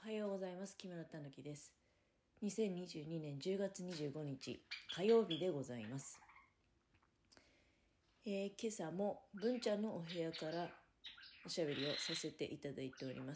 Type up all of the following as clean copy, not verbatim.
はようございます。木村たぬきです。2022年10月25日火曜日でございます。今朝も文ちゃんのお部屋からおしゃべりをさせていただいております。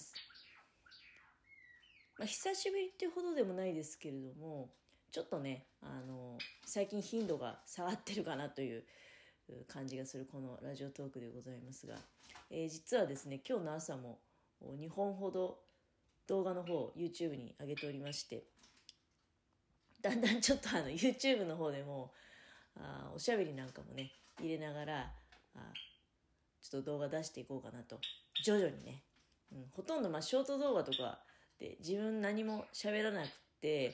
久しぶりっていうほどでもないですけれども、ちょっとね、最近頻度が下がってるかなという感じがするこのラジオトークでございますが、実はですね、今日の朝も2本ほど動画の方を YouTube に上げておりまして、だんだんちょっとYouTube の方でもおしゃべりなんかもね入れながらちょっと動画出していこうかなと徐々にね、ほとんどショート動画とかで自分何も喋らなくて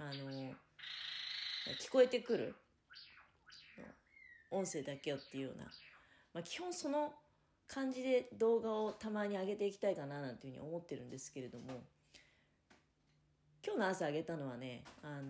聞こえてくる音声だけよっていうような、基本その感じで動画をたまに上げていきたいかななんていうふうに思ってるんですけれども、今日の朝上げたのはね、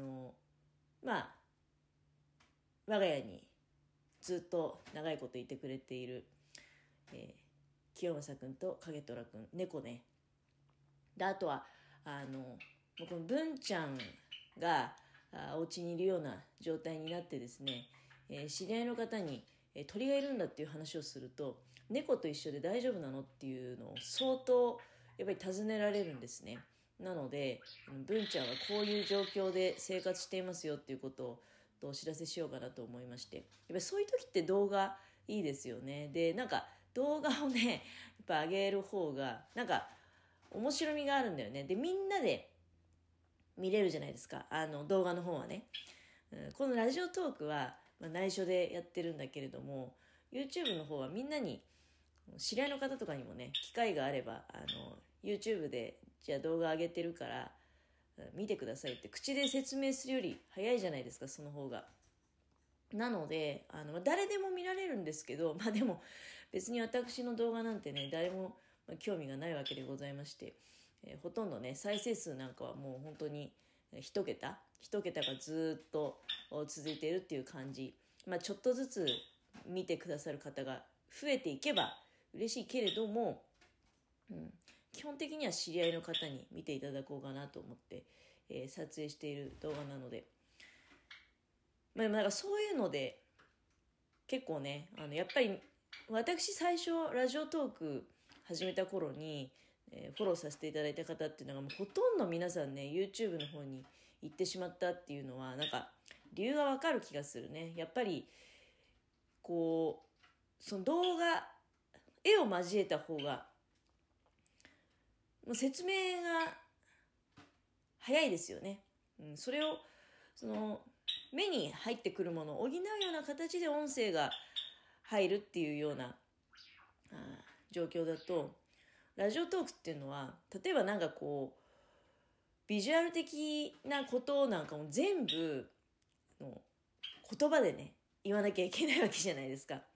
我が家にずっと長いこといてくれている、清正くんと影虎くん、猫ね。で、あとはこの文ちゃんがお家にいるような状態になってですね、知り合いの方に鳥がいるんだっていう話をすると、猫と一緒で大丈夫なのっていうのを相当やっぱり尋ねられるんですね。なので文ちゃんはこういう状況で生活していますよっていうことをお知らせしようかなと思いまして、やっぱりそういう時って動画いいですよね。で、なんか動画をねやっぱ上げる方がなんか面白みがあるんだよね。で、みんなで見れるじゃないですか、動画の方はね。このラジオトークは内緒でやってるんだけれども、 YouTube の方はみんなに、知り合いの方とかにもね機会があればYouTube でじゃあ動画上げてるから見てくださいって口で説明するより早いじゃないですか、その方が。なので誰でも見られるんですけど、でも別に私の動画なんてね誰も興味がないわけでございまして、ほとんどね再生数なんかはもう本当に一桁がずっと続いているっていう感じ。ちょっとずつ見てくださる方が増えていけば嬉しいけれども、基本的には知り合いの方に見ていただこうかなと思って、撮影している動画なので、なんかそういうので結構ねやっぱり私最初ラジオトーク始めた頃に、フォローさせていただいた方っていうのがもうほとんど皆さんね YouTube の方に行ってしまったっていうのはなんか理由がわかる気がするね。やっぱりこうその動画絵を交えた方がもう説明が早いですよね。それをその目に入ってくるものを補うような形で音声が入るっていうような状況だと、ラジオトークっていうのは例えばなんかこうビジュアル的なことなんかも全部の言葉でね言わなきゃいけないわけじゃないですか。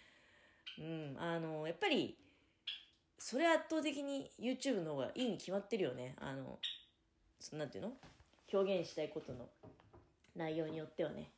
やっぱりそれ圧倒的に YouTube の方がいいに決まってるよね。なんていうの、表現したいことの内容によってはね。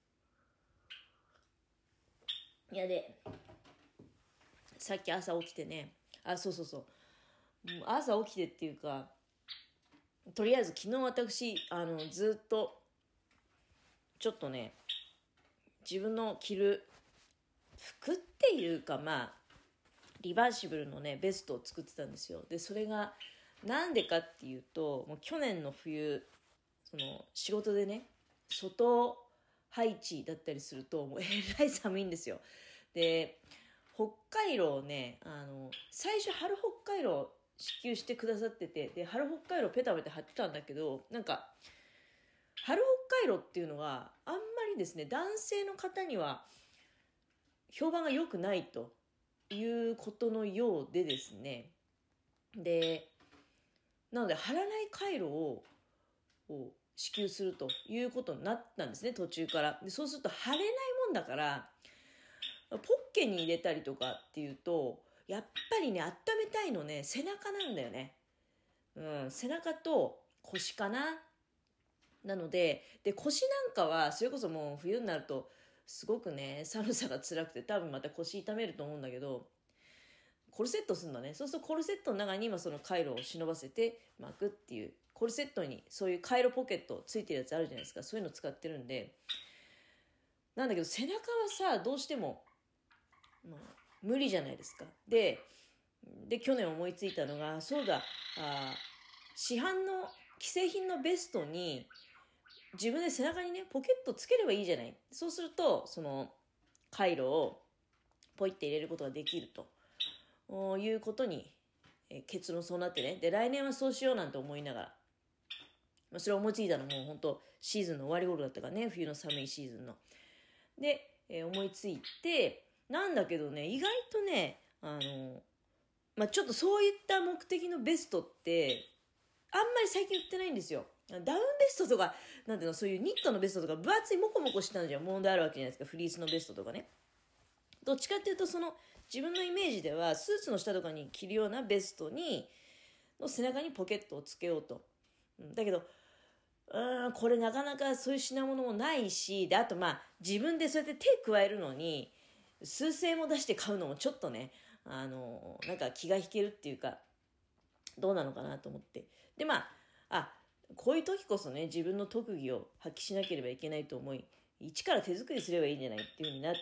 いやでさっき朝起きてね、そう朝起きてっていうか、とりあえず昨日私ずっとちょっとね自分の着る服っていうかリバーシブルのねベストを作ってたんですよ。でそれがなんでかっていうと、もう去年の冬その仕事でね外配置だったりするともうえらい寒いんですよ。で北海道をね最初春北海道支給してくださってて、で春北海道ペタペタ貼ってたんだけど、なんか春北海道っていうのがあんまりですね男性の方には評判が良くないということのようでですね、でなので貼らない回路を支給するということになったんですね、途中から。でそうすると貼れないもんだからポッケに入れたりとかっていうとやっぱりね温めたいのね背中なんだよね。背中と腰かな。なので腰なんかはそれこそもう冬になるとすごくね寒さが辛くて多分また腰痛めると思うんだけど、 コルセットするんだね。そうするとコルセットの中に今そのカイロを忍ばせて巻くっていう、コルセットにそういうカイロポケットついてるやつあるじゃないですか。そういうの使ってるんで、なんだけど背中はさ、どうしても、まあ、無理じゃないですか。で、去年思いついたのが、そうだ、市販の既製品のベストに自分で背中にね、ポケットつければいいじゃない。そうすると、そのカイロをポイって入れることができるということに、結論そうなってね。で、来年はそうしようなんて思いながら、それを思いついたのも本当シーズンの終わり頃だったからね、冬の寒いシーズンの。で、思いついて、なんだけどね、意外とね、ちょっとそういった目的のベストって、あんまり最近売ってないんですよ。ダウンベストとか、なんていうの、そういうニットのベストとか、分厚いモコモコしたんじゃ問題あるわけじゃないですか、フリースのベストとかね。どっちかっていうと、その、自分のイメージでは、スーツの下とかに着るようなベストの背中にポケットをつけようと。だけど、これなかなかそういう品物もないし、で、あと自分でそうやって手加えるのに、数千円も出して買うのもちょっとね、なんか気が引けるっていうか、どうなのかなと思って。で、こういう時こそね、自分の特技を発揮しなければいけないと思い、一から手作りすればいいんじゃないっていう風になって、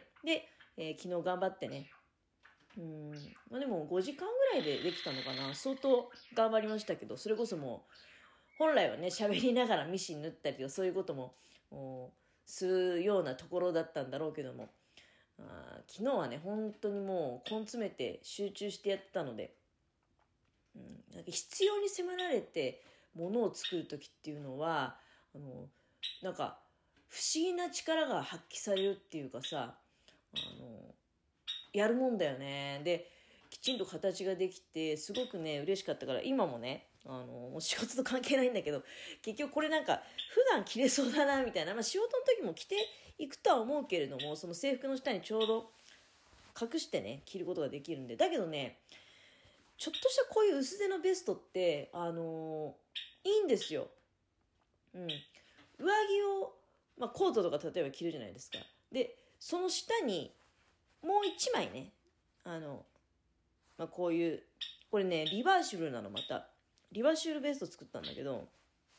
で、昨日頑張ってね、でも5時間ぐらいでできたのかな。相当頑張りましたけど、それこそもう、本来はね、喋りながらミシン縫ったりとかそういうこともするようなところだったんだろうけども、昨日はね、本当にもう根詰めて集中してやってたので、なんか必要に迫られてものを作る時っていうのは、なんか不思議な力が発揮されるっていうかさ、やるもんだよね。で、きちんと形ができて、すごくね、嬉しかったから、今もね、もう仕事と関係ないんだけど、結局これなんか、普段着れそうだな、みたいな。仕事の時も着ていくとは思うけれども、その制服の下にちょうど隠してね、着ることができるんで。だけどね、ちょっとしたこういう薄手のベストって、いいんですよ。上着を、コートとか例えば着るじゃないですか。で、その下に、もう一枚ね、こういう、これね、リバーシブルなの、また。リバーシブルベスト作ったんだけど、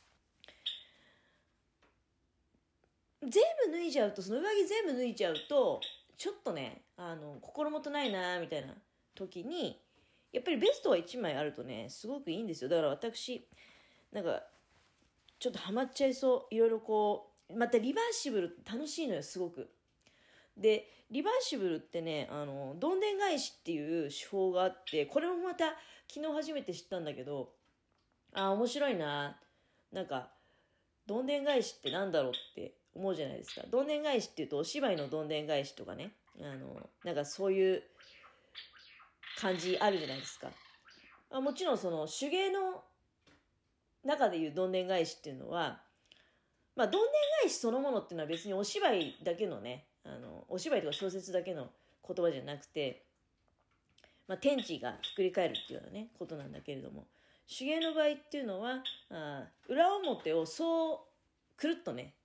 全部脱いじゃうと、その上着全部脱いじゃうと、ちょっとね、心もとないなみたいな時に、やっぱりベストが1枚あるとね、すごくいいんですよ。だから私、なんか、ちょっとハマっちゃいそう。いろいろこう、またリバーシブル楽しいのよ、すごく。で、リバーシブルってね、どんでん返しっていう手法があって、これもまた昨日初めて知ったんだけど、面白いな。なんか、どんでん返しってなんだろうって思うじゃないですか。どんでん返しっていうと、お芝居のどんでん返しとかね、なんかそういう感じあるじゃないですか。もちろんその手芸の中でいうどんでん返しっていうのは、どんでん返しそのものっていうのは別にお芝居だけのね、お芝居とか小説だけの言葉じゃなくて、天地がひっくり返るっていうようなね、ことなんだけれども、手芸の場合っていうのは、裏表をそうくるっとね、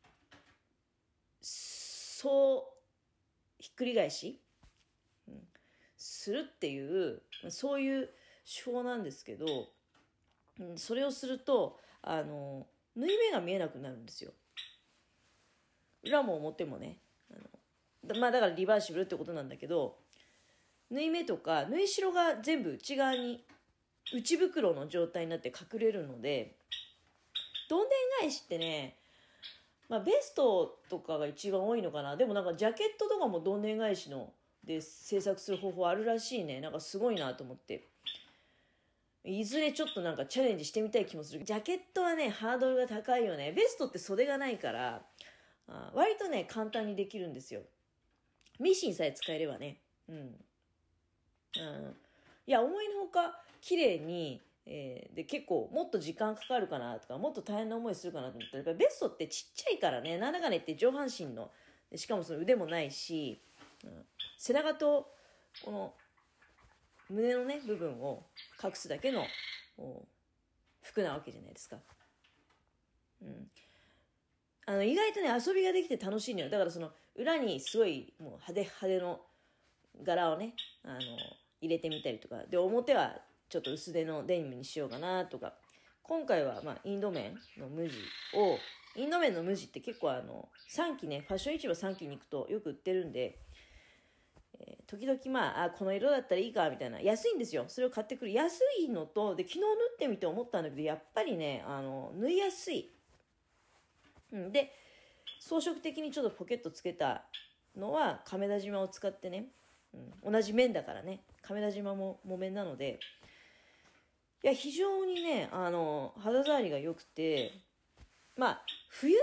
そうひっくり返し、するっていう、そういう手法なんですけど、それをすると、縫い目が見えなくなるんですよ。裏も表もね。だからリバーシブルってことなんだけど、縫い目とか縫い代が全部内側に内袋の状態になって隠れるので、どんでん返しってね、ベストとかが一番多いのかな。でもなんかジャケットとかもどんでん返しので制作する方法あるらしいね。なんかすごいなと思って、いずれちょっとなんかチャレンジしてみたい気もする。ジャケットはね、ハードルが高いよね。ベストって袖がないから、割とね、簡単にできるんですよ。ミシンさえ使えればね。いや、思いのほか綺麗に、で結構もっと時間かかるかなとか、もっと大変な思いするかなと思ったら、やっぱベストってちっちゃいからね、なんだかねって上半身の、しかもその腕もないし、背中とこの胸のね部分を隠すだけの服なわけじゃないですか。意外とね遊びができて楽しいのよ。だからその裏にすごいもう派手派手の柄をね入れてみたりとかで、表はちょっと薄手のデニムにしようかなとか。今回はインド麺の無地を、インド麺の無地って結構3期ね、ファッション市場3期に行くとよく売ってるんで、時々この色だったらいいかみたいな、安いんですよ。それを買ってくる。安いのと、で昨日縫ってみて思ったんだけど、やっぱりね縫いやすい。で装飾的にちょっとポケットつけたのは亀田島を使ってね、同じ面だからね、亀田島も木綿なので、いや非常にね肌触りが良くて、冬の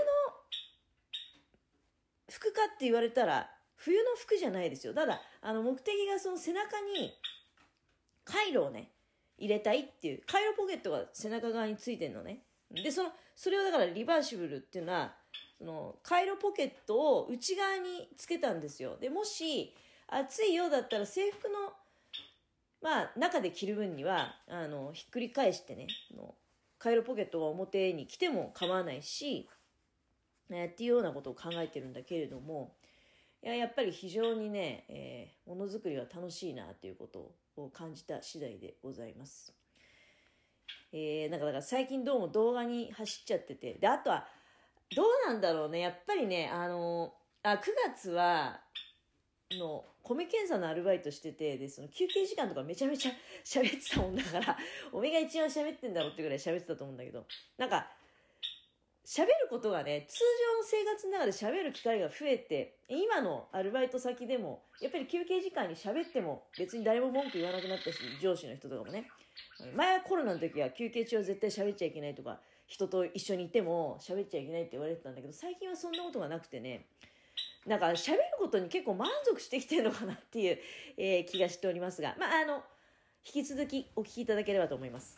服かって言われたら冬の服じゃないですよ。ただ目的がその背中にカイロをね入れたいっていう、カイロポケットが背中側についてるのね。でそれをだからリバーシブルっていうのは、そのカイロポケットを内側につけたんですよ。でもし暑いようだったら制服の中で着る分にはひっくり返してね、カイロポケットが表に来ても構わないし、っていうようなことを考えてるんだけれども、やっぱり非常にね、ものづくりが楽しいなということを感じた次第でございます。だから最近どうも動画に走っちゃってて、であとはどうなんだろうね、やっぱりね9月は米検査のアルバイトしてて、でその休憩時間とかめちゃめちゃ喋ってたもんだから、おめが一番喋ってんだろうってぐらい喋ってたと思うんだけど、なんか喋ることがね、通常の生活の中で喋る機会が増えて、今のアルバイト先でもやっぱり休憩時間に喋っても別に誰も文句言わなくなったし、上司の人とかもね、前はコロナの時は休憩中は絶対喋っちゃいけないとか、人と一緒にいても喋っちゃいけないって言われてたんだけど、最近はそんなことがなくてね、なんか喋ることに結構満足してきてるのかなっていう、気がしておりますが、引き続きお聞きいただければと思います。